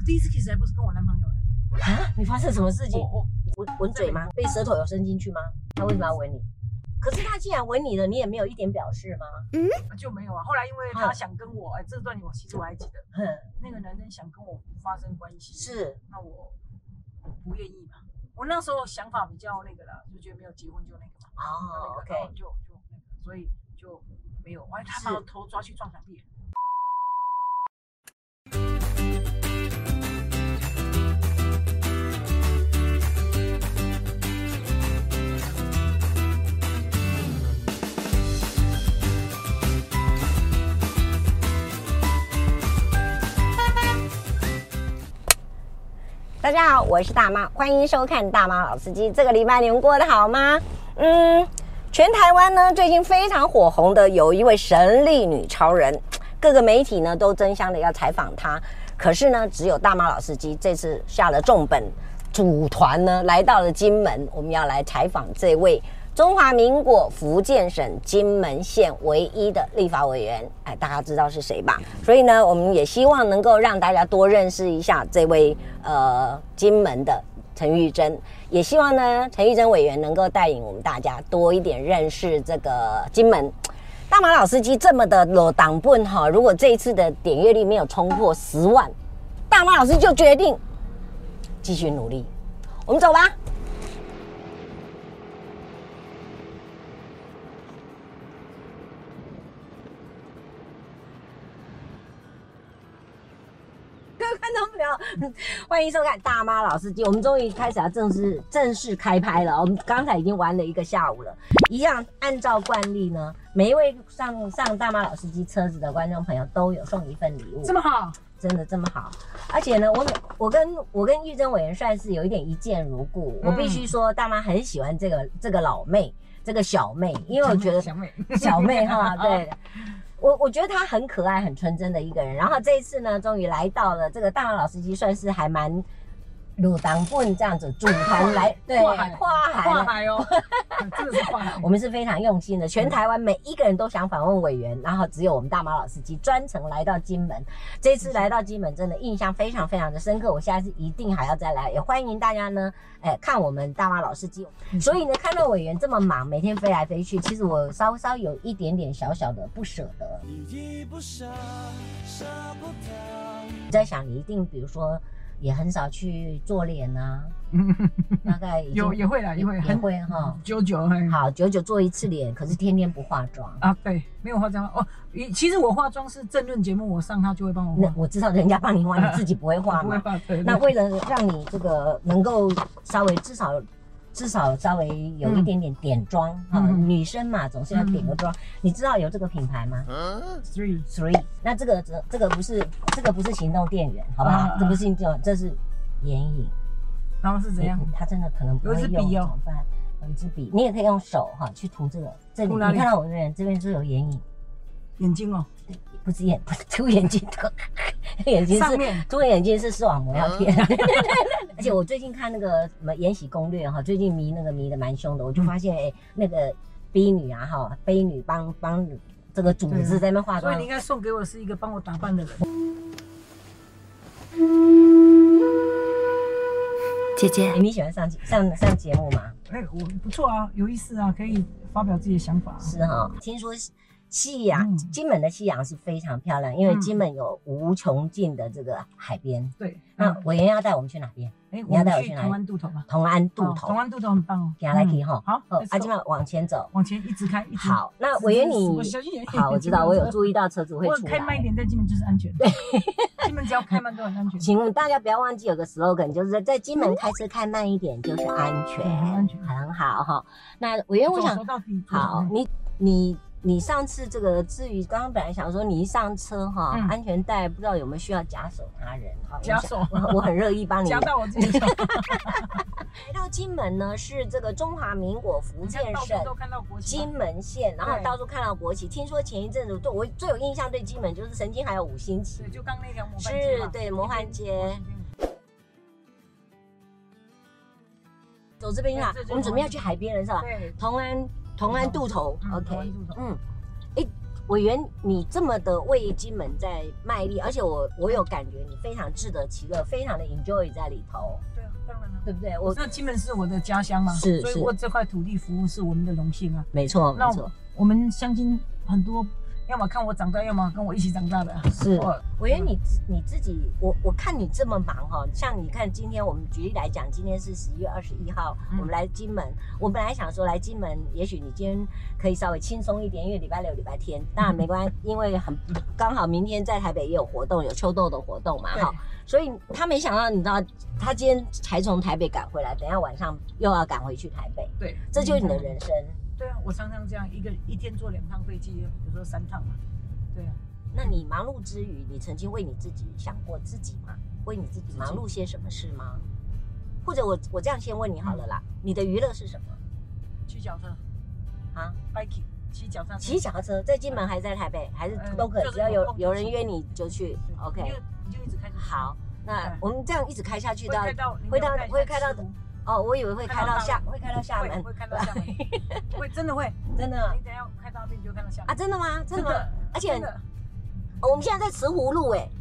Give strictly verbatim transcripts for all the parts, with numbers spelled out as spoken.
第一次 kiss 还不是跟我男朋友啊？你发生什么事情？ 我闻闻嘴吗？被舌头有伸进去吗？他为什么要吻你？可是他既然吻你了，你也没有一点表示吗？ 嗯，就没有啊。后来因为他想跟我，哎，这段我其实我还记得，嗯，那个男生想跟我发生关系， 是， 那我不愿意嘛。我那时候想法比较那个啦，就觉得没有结婚就那个嘛。 哦 ，OK， 就就那个，所以就没有。哎，他把我头抓去撞墙壁。 大家好，我是大妈，欢迎收看大妈老司机。这个礼拜你们过得好吗？嗯，全台湾呢最近非常火红的有一位神力女超人，各个媒体呢都争相的要采访她，可是呢只有大妈老司机这次下了重本，组团呢来到了金门，我们要来采访这位中华民国福建省金门县唯一的立法委员，哎，大家知道是谁吧？所以呢，我们也希望能够让大家多认识一下这位呃金门的陈玉珍，也希望呢陈玉珍委员能够带领我们大家多一点认识这个金门。大马老司机这么的裸党本哈，如果这一次的点阅率没有冲破十万，大马老师就决定继续努力。我们走吧。观众朋友，欢迎收看大妈老司机。我们终于开始要正式正式开拍了。我们刚才已经玩了一个下午了，一样按照惯例呢，每一位上上大妈老司机车子的观众朋友都有送一份礼物。 这么好， 真的这么好。而且呢，我我跟我跟玉珍委员算是有一点一见如故。嗯、我必须说，大妈很喜欢这个这个老妹，这个小妹，因为我觉得小妹小妹哈，对。我我觉得他很可爱、很纯真的一个人。然后这一次呢，终于来到了这个大马老司机，算是还蛮鲁当棍这样子组团来，对， 跨海跨海跨海哦，真的是跨海。 我们是非常用心的，全台湾每一个人都想访问委员，然后只有我们大马老司机专程来到金门。这次来到金门，真的印象非常非常的深刻。我下次一定还要再来，也欢迎大家呢，哎，看我们大马老司机。所以呢，看到委员这么忙，每天飞来飞去，其实我稍稍有一点点小小的不舍得。我在想，你一定比如说。也很少去做脸啊，大概有也会啦，也会也会哈， 久久好久久做一次脸，可是天天不化妆啊，对，没有化妆哦。其实我化妆是政论节目，我上他就会帮我化。 我知道人家帮你化，你自己不会化嘛？ 不会化。对。 那为了让你这个能够稍微至少。至少稍微有一点点点妆哈、嗯嗯，女生嘛总是要点个妆、嗯。你知道有这个品牌吗 ？Three Three。那这个这这个不是这个不是行动电源，好不好？啊、这不是行动，这是眼影。 然后是怎样？ 它真的可能不会用，怎么办？有一支笔，你也可以用手哈去涂这个。这里你看到我这边，这边就有眼影。 眼睛哦。 不是眼，不是涂眼睛的，眼睛是涂眼睛是视网膜要贴。而且我最近看那个什么《延禧攻略》哈，最近迷那个迷的蛮凶的，我就发现哎、欸，那个婢女啊哈，婢女帮帮这个主子在那边化妆， 所以你应该送给我是一个帮我打扮的人。 姐姐，你喜欢上上上节目吗？ 哎、欸，我不错啊，有意思啊，可以发表自己的想法、啊。 是哈，听说夕阳、嗯，金门的夕阳是非常漂亮，因为金门有无穷尽的这个海边。对、嗯，那委员要带我们去哪边？哎、欸，你要带我去哪里？ 同安渡头吧。 同安渡头， 同安渡头很棒哦。 给他来提哈。 好， 阿基玛往前走， 往前一直开，一直。 好，那委员你， 我小心点。 好，我知道，我有注意到车子会出来。 我开慢一点，在金门就是安全。对，金门只要开慢都很安全。 请问大家不要忘记有个 slogan， 就是在金门开车开慢一点就是安全， 很安全， 很好哈。那委员，我想，好，你你。你上次这个，至于刚刚本来想说你一上车哈、嗯，安全带不知道有没有需要夹手他人哈？ 夹手， 我我很乐意帮你夹到我自己手。 来到金门呢，是这个中华民国福建省金门县，然后到处看到国旗。听说前一阵子对我最有印象对金门就是曾经还有五星旗， 对，就刚那条模范街， 是对模范街。走这边啦，我们准备要去海边了是吧？ 对， 同安。同安渡头 ，OK， 嗯，哎， 委员，你这么的为金门在卖力，而且我我有感觉你非常自得其乐，非常的 enjoy 在里头。 对啊，当然了， 对不对？ 我知道金门是我的家乡嘛， 是， 所以我这块土地服务是我们的荣幸啊。 没错，没错。 我们乡亲很多，要么看我长大，要么跟我一起长大的。 是，委员你你自己，我我看你这么忙哈，像你看今天我们举例来讲，今天是十一月二十一号，嗯、我们来金门。我本来想说来金门，也许你今天可以稍微轻松一点，因为礼拜六、礼拜天，当然没关系，因为很刚好明天在台北也有活动，有秋豆的活动嘛，哈。所以他没想到，你知道，他今天才从台北赶回来，等一下晚上又要赶回去台北。 对， 这就是你的人生。 对啊，我常常这样，一个一天坐两趟飞机，有时候三趟嘛。对啊。 那你忙碌之余，你曾经为你自己想过自己吗？为你自己忙碌些什么事吗？或者我我这样先问你好了啦，嗯、你的娱乐是什么？ 骑脚车。 啊 ，biking， 骑脚踏车。 骑脚踏车，在金门还是在台北，还是都可以，呃、只要有有人约你就去。OK。 你就你就一直开。 好，那我们这样一直开下去到会到会开到。哦，我以为会开到厦，会开到厦门， 会开到厦门，会真的会， 真的。 你等下开到那边就看到厦门啊，真的吗？真的吗？而且我们现在在慈湖路哎。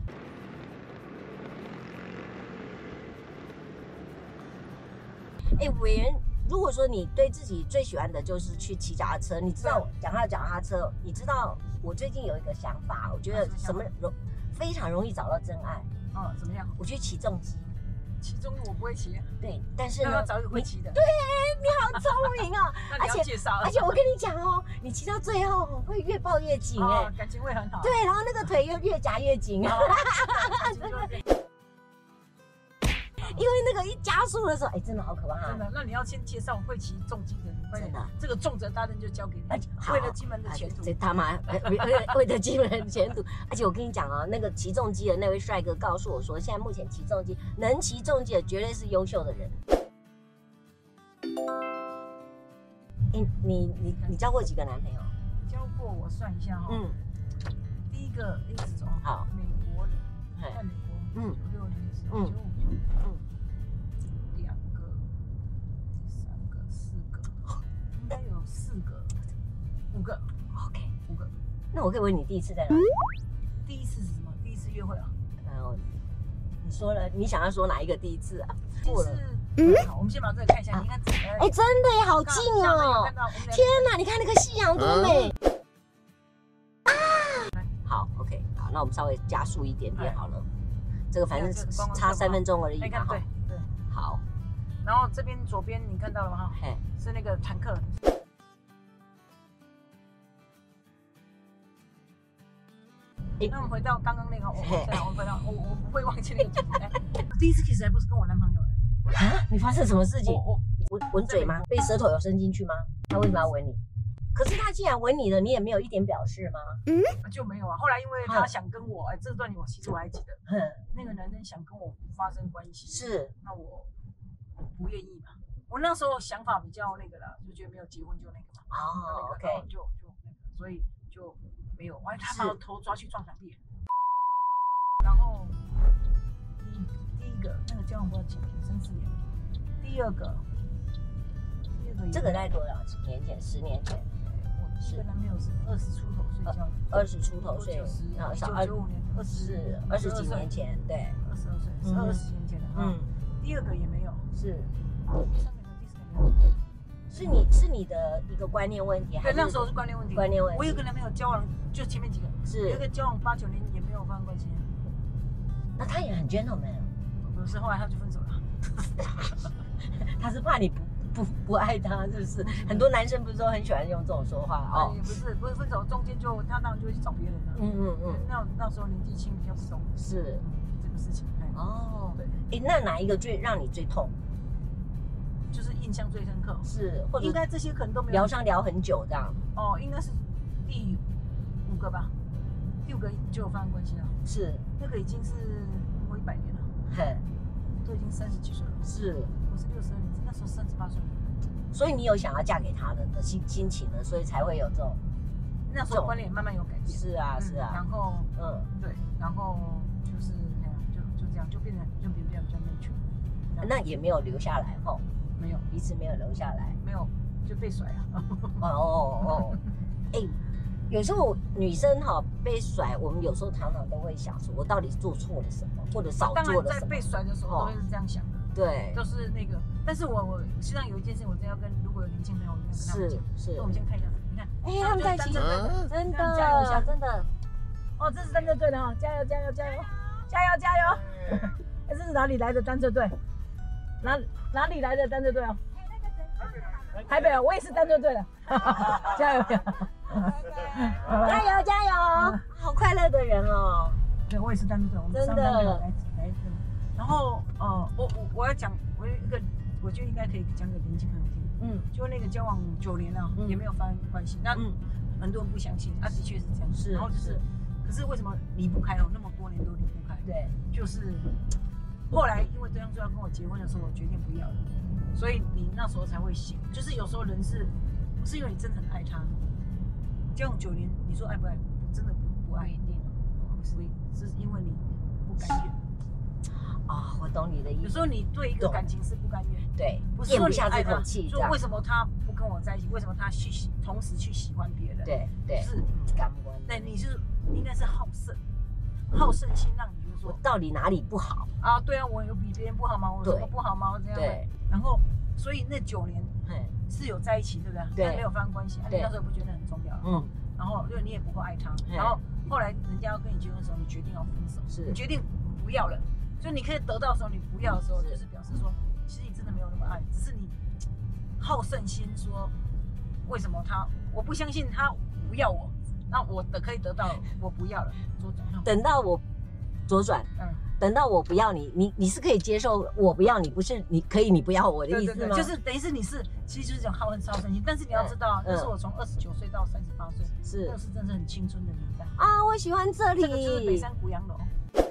哎，委员，如果说你对自己最喜欢的就是去骑脚踏车，你知道讲到脚踏车，你知道我最近有一个想法，我觉得什么容非常容易找到真爱。 哦，怎么样？ 我去骑重机。 骑重机我不会骑， 对，但是呢， 要找一个会骑的。 对，你好聪明哦！ 而且介绍， 而且我跟你讲哦，你骑到最后会越抱越紧哎， 感情会很好。 对，然后那个腿又越夹越紧。因为那个一加速的时候，哎，真的好可怕。 真的，那你要先介绍会骑重机的人。 真的， 这个重责大任就交给你。为了金门的前途， 这他妈为为了金门的前途。而且我跟你讲哦，那个骑重机的那位帅哥告诉我说，现在目前骑重机能骑重机的绝对是优秀的人。哎，你你你交过几个男朋友？ 交过，我算一下哈。嗯。第一个一直走， 好， 美国人，在美国，嗯，九六年的时候，九五九，嗯。应该有四个、五个 ，OK， 五个。 那我可以问你第一次在哪里？ 第一次是什么？第一次约会啊？ 然后你说了，你想要说哪一个第一次啊？ 过了。嗯，好，我们先把这个看一下。你看， 哎，真的耶，好近哦！天哪，你看那个夕阳多美啊！好 ，OK， 好，那我们稍微加速一点点好了。这个反正差三分钟而已嘛，哈。 对对。 好。 然后这边左边你看到了吗？哈，是那个坦克。那我们回到刚刚那个，我我回到我我不会忘记那个主题。第一次其实还不是跟我男朋友哎。啊？你发生什么事情？ 我我吻嘴吗？被舌头有伸进去吗？他为什么要吻你？可是他既然吻你了，你也没有一点表示吗？ 嗯，就没有啊。后来因为他想跟我，哎，这段我其实我还记得，那个男生想跟我发生关系， 是， 那我。不愿意嘛，我那时候想法比较那个啦，就觉得没有结婚就那个嘛。 哦 ，OK， 就就那个，所以就没有。完，他把我头抓去撞墙壁。然后第第一个那个交往不知道几年，三四年。第二个，第二个这个在多少年前？十年前。 我第一个男朋友是二十出头岁交的。 二十出头岁， 啊，一九九五年，二十二十几年前，对， 二十二岁，是二十年前的。嗯。第二个也没有， 是， 第三个呢，第四个没有， 是你是你的一个观念问题，还是？对，那时候是观念问题。 观念问题。 我有个男朋友交往，就前面几个， 是， 有一个交往八九年也没有发生关系。 那他也很 gentleman。 不是，后来他就分手了。 他是怕你不不不爱他，是不是？很多男生不是都很喜欢用这种说话哦？也不是，不是分手中间就他当然就会去找别人了。嗯嗯嗯。那那时候年纪轻，比较不懂。 是。 这个事情。 哦，对，哎，那哪一个最让你最痛？ 就是印象最深刻， 是，或者应该这些可能都没有疗伤疗很久这样。 哦，应该是第五个吧，第五个就有发生关系了。 是， 那个已经是我一百年了， 嘿， 都已经三十几岁了。 是， 我是六十二年，那时候三十八岁。 所以你有想要嫁给他的的心心情了，所以才会有这种。 那时候观念慢慢有改变。 是啊，是啊。 然后，嗯，对，然后就是。这样就变成就变变比较内圈， 那也没有留下来吼， 没有彼此没有留下来， 没有就被甩了。 哦哦哦，哎， 有时候女生哈被甩，我们有时候常常都会想说，我到底做错了什么，或者少做了什么。 当然在被甩的时候都会是这样想的。 对， 就是那个，但是我我实际上有一件事，我真要跟如果有年轻朋友，我跟他们讲。 是是。 我们先看一下，你看， 哎，他们在一起，真的， 加油一下， 真的。 哦，这是单车队的哈，加油加油加油加油加油！哎，这是哪里来的单车队？哪哪里来的单车队哦？台北啊，我也是单车队的，加油！ 加油加油！好快乐的人哦。 对，我也是单车队，我们真的来来。然后呃，我我我要讲，我有一个，我就应该可以讲给年轻朋友听。嗯，就那个交往九年了，也没有发生关系。那很多人不相信，啊，的确是这样。是，然后就是，可是为什么离不开哦？那么多年都离不开。对，就是后来因为对方说要跟我结婚的时候，我决定不要了，所以你那时候才会醒。就是有时候人是不是因为你真的很爱他，交往九年，你说爱不爱？真的不不爱，一定，不是，是因为你不甘愿。 啊、哦，我懂你的意思。 有时候你对一个感情是不甘愿， 对， 不是说你爱他， 说为什么他不跟我在一起？为什么他去喜同时去喜欢别人？ 对对， 是感官。 对，你是应该是好胜，好胜心让你觉得说， 我到底哪里不好啊？对啊，我有比别人不好吗？我有什么不好吗？这样。对。然后，所以那九年是有在一起，对不对？对。没有发生关系，你那时候不觉得很重要？嗯。然后，因为你也不够爱他，然后后来人家要跟你结婚的时候，你决定要分手，是你决定不要了。所以你可以得到的时候，你不要的时候，就是表示说，其实你真的没有那么爱，只是你好胜心说，为什么他我不相信他不要我，那我的可以得到，我不要了，左转。 等到我左转，嗯，等到我不要你，你你是可以接受我不要你，不是你可以你不要我的意思吗？ 对对对，就是等于是你是，其实就是讲好恨好胜心，但是你要知道，那是我从二十九岁到三十八岁，是那是真的很青春的年代啊，我喜欢这里， 这个就是北山古洋楼。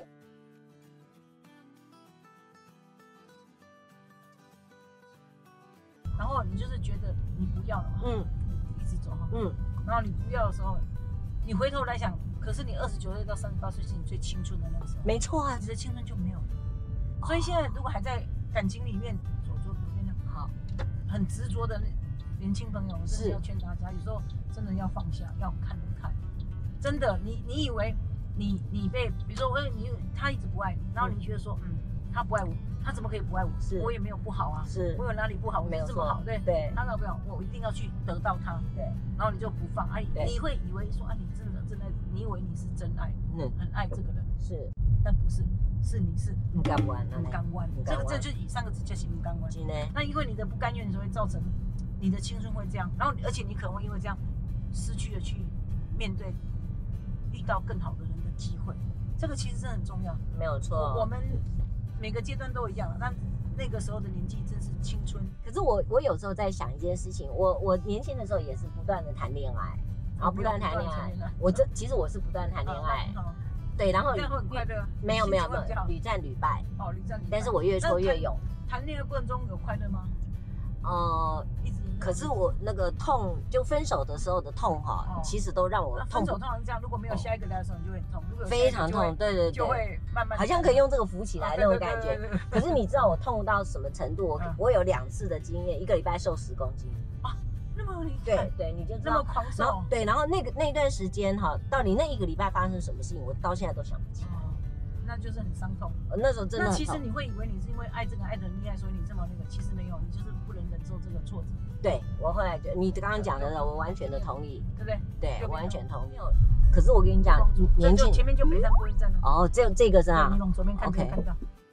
然后你就是觉得你不要了嘛，嗯，一直走哈，嗯，然后你不要的时候，你回头来想，可是你二十九岁到三十八岁是你最青春的那个时候， 没错啊， 你的青春就没有了。所以现在如果还在感情里面左左左边的好，很执着的年轻朋友，我真的要劝大家，有时候真的要放下，要看得开。真的，你你以为你你被，比如说我你他一直不爱你，然后你觉得说，嗯，他不爱我。他怎么可以不爱我？是我也没有不好啊，是我有哪里不好？我没有这么好，对对。他老不要，我一定要去得到他，对。然后你就不放，哎，你会以为说啊，你真的真的，你以为你是真爱，嗯，很爱这个人，是，但不是，是你是不甘愿， 不甘愿，这个这就以三个字就是不甘愿。那因为你的不甘愿，所以造成你的青春会这样，然后而且你可能会因为这样失去了去面对遇到更好的人的机会，这个其实是很重要， 没有错。 我们。每个阶段都一样，但那个时候的年纪真是青春。 可是我我有时候在想一件事情，我我年轻的时候也是不断的谈恋爱，然后不断谈恋爱。我这其实我是不断谈恋爱，对，然后这样会很快乐。 没有没有没有，屡战屡败。 哦，屡战屡败。 但是我越挫越勇。 谈恋爱过程中有快乐吗？ 呃，可是我那个痛，就分手的时候的痛哈，哦、其实都让我痛。 分手通常是这样，如果没有下一个来的时候，你就会很痛。如果非常痛，对对对， 就会慢慢， 好像可以用这个扶起来那种感觉。可是你知道我痛到什么程度？我、嗯、我有两次的经验，一个礼拜瘦十公斤。 啊，那么厉害。 对对，你就知道。 那么狂瘦。 然后对，然后那个那段时间哈，到底那一个礼拜发生什么事情，我到现在都想不起来。 哦、那就是很伤痛。 那时候真的。 那其实你会以为你是因为爱这个爱的很厉害，所以你这么那个，其实没有，你就是不能忍受这个挫折。 对，我后来觉得你刚刚讲的，我完全的同意， 对不对？ 对，完全同意。可是我跟你讲，年轻前面就北山播音站了。 哦，这这个是啊， 你往左边看可以看到。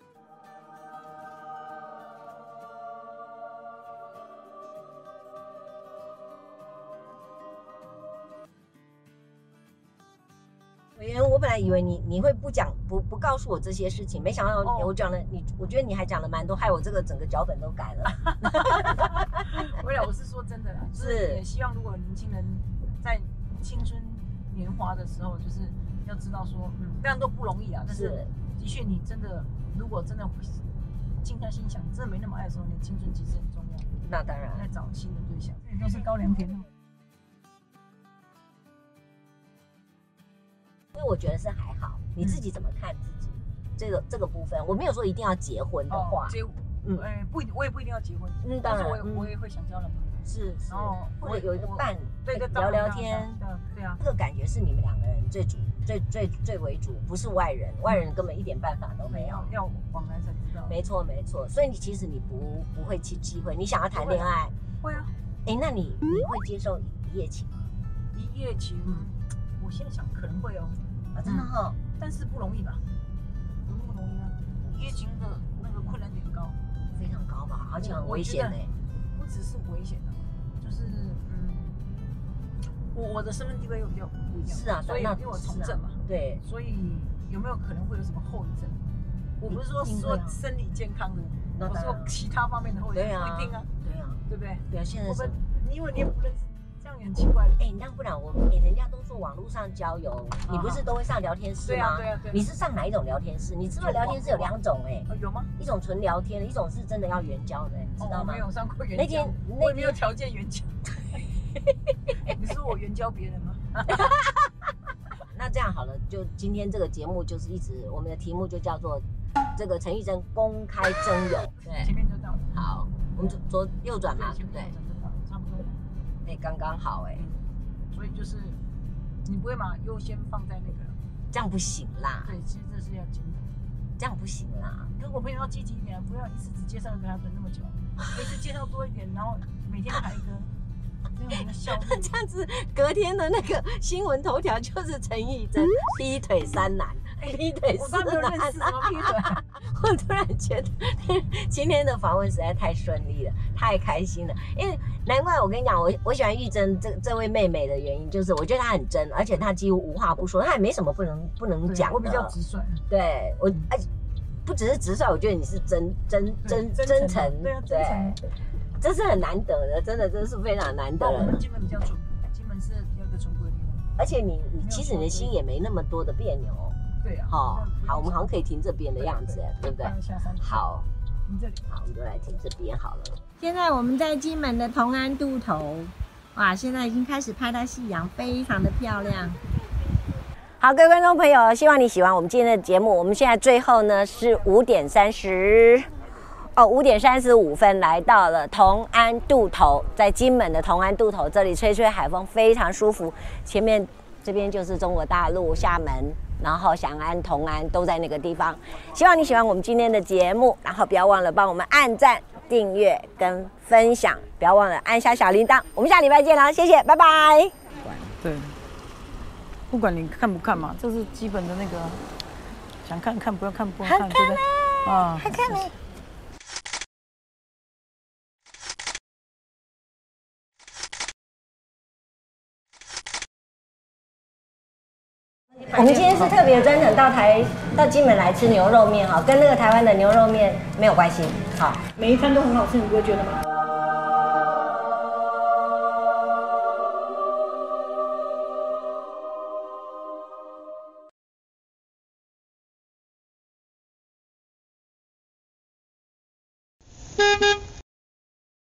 委员，我本来以为你你会不讲不不告诉我这些事情，没想到我讲了你，我觉得你还讲了蛮多，害我这个整个脚本都改了。 没有，我是说真的啦，是也希望如果年轻人在青春年华的时候，就是要知道说，嗯，这样都不容易啊。但是的确，你真的如果真的静下心想，真的没那么爱的时候，你的青春其实很重要。 那当然， 在找新的对象，这都是高粱田哦。 所以我觉得是还好，你自己怎么看自己？嗯、这个这个部分，我没有说一定要结婚的话， 哦、结，嗯，哎，不，我也不一定要结婚，嗯，当然，我也、嗯、我也会想交男朋友， 是， 然后或者有一个伴， 对对， 聊聊天， 对啊， 这个感觉是你们两个人最主、最最最为主，不是外人，外人根本一点办法都没有， 要往来才知道。 没错没错，所以你其实你不不会去忌讳，你想要谈恋爱， 会啊。 哎，那你你会接受一夜情吗？ 一夜情，我现在想可能会哦， 啊，真的哈， 但是不容易吧？有那么容易吗？一夜情的那个困难点高， 非常高吧，而且很危险呢。 不只是危险的，就是嗯，我我的身份地位又比较不一样， 是啊， 所以因为我从政嘛， 对， 所以有没有可能会有什么后遗症？我不是说说生理健康的，我说其他方面的后遗症，不一定啊， 对啊， 对不对？ 对啊，现在是， 因为你也不认识。这样也很奇怪。 哎，那不然我哎，人家都说网络上交友，你不是都会上聊天室吗？ 对啊，对啊。 你是上哪一种聊天室？你知道聊天室有两种哎？ 有吗？ 一种纯聊天，一种是真的要援交的，你知道吗？ 没有上过援交。那天我也没有条件援交。你说我援交别人吗？ 那这样好了，就今天这个节目就是一直我们的题目就叫做这个陈玉珍公开征友。 对，前面就到了。 好，我们左右转嘛，对。 差不多。 哎，刚刚好哎， 所以就是你不会把优先放在那个， 这样不行啦。 对，其实这是要检讨， 这样不行啦。 跟我朋友要积极一点，不要一次只介绍一个，要等那么久，每次介绍多一点，然后每天排一个，这样我们效率。 这样子，隔天的那个新闻头条就是陈玉珍劈腿三男。劈腿我都没有认识什么劈腿。 我突然觉得今天的访问实在太顺利了，太开心了。因为难怪我跟你讲，我我喜欢玉珍这这位妹妹的原因，就是我觉得她很真，而且她几乎无话不说，她也没什么不能不能讲的。 我比较直率。 对我，而且不只是直率，我觉得你是真真真真诚。 对啊，真诚。 这是很难得的，真的，这是非常难得的。 我们金门比较淳朴，金门是有一个淳朴的地方。 而且你你其实你的心也没那么多的别扭。 对啊， 好，好，我们好像可以停这边的样子，对不对？好， 停这里。 好，我们就来停这边好了。 现在我们在金门的同安渡头，哇，现在已经开始拍到夕阳，非常的漂亮。 好，各位观众朋友，希望你喜欢我们今天的节目。我们现在最后呢是五点三十，哦，五点三十五分来到了同安渡头，在金门的同安渡头这里吹吹海风，非常舒服。前面这边就是中国大陆厦门。然后翔安、同安都在那个地方，希望你喜欢我们今天的节目，然后不要忘了帮我们按赞、订阅跟分享，不要忘了按下小铃铛。我们下礼拜见了，谢谢，拜拜。 对，不管你看不看嘛，这是基本的那个，想看看，不要看不要看，对不对？啊， 还看没？我们今天是特别专程到台到金门来吃牛肉面哈，跟那个台湾的牛肉面没有关系。好， 每一餐都很好吃，你不会觉得吗？ 嗯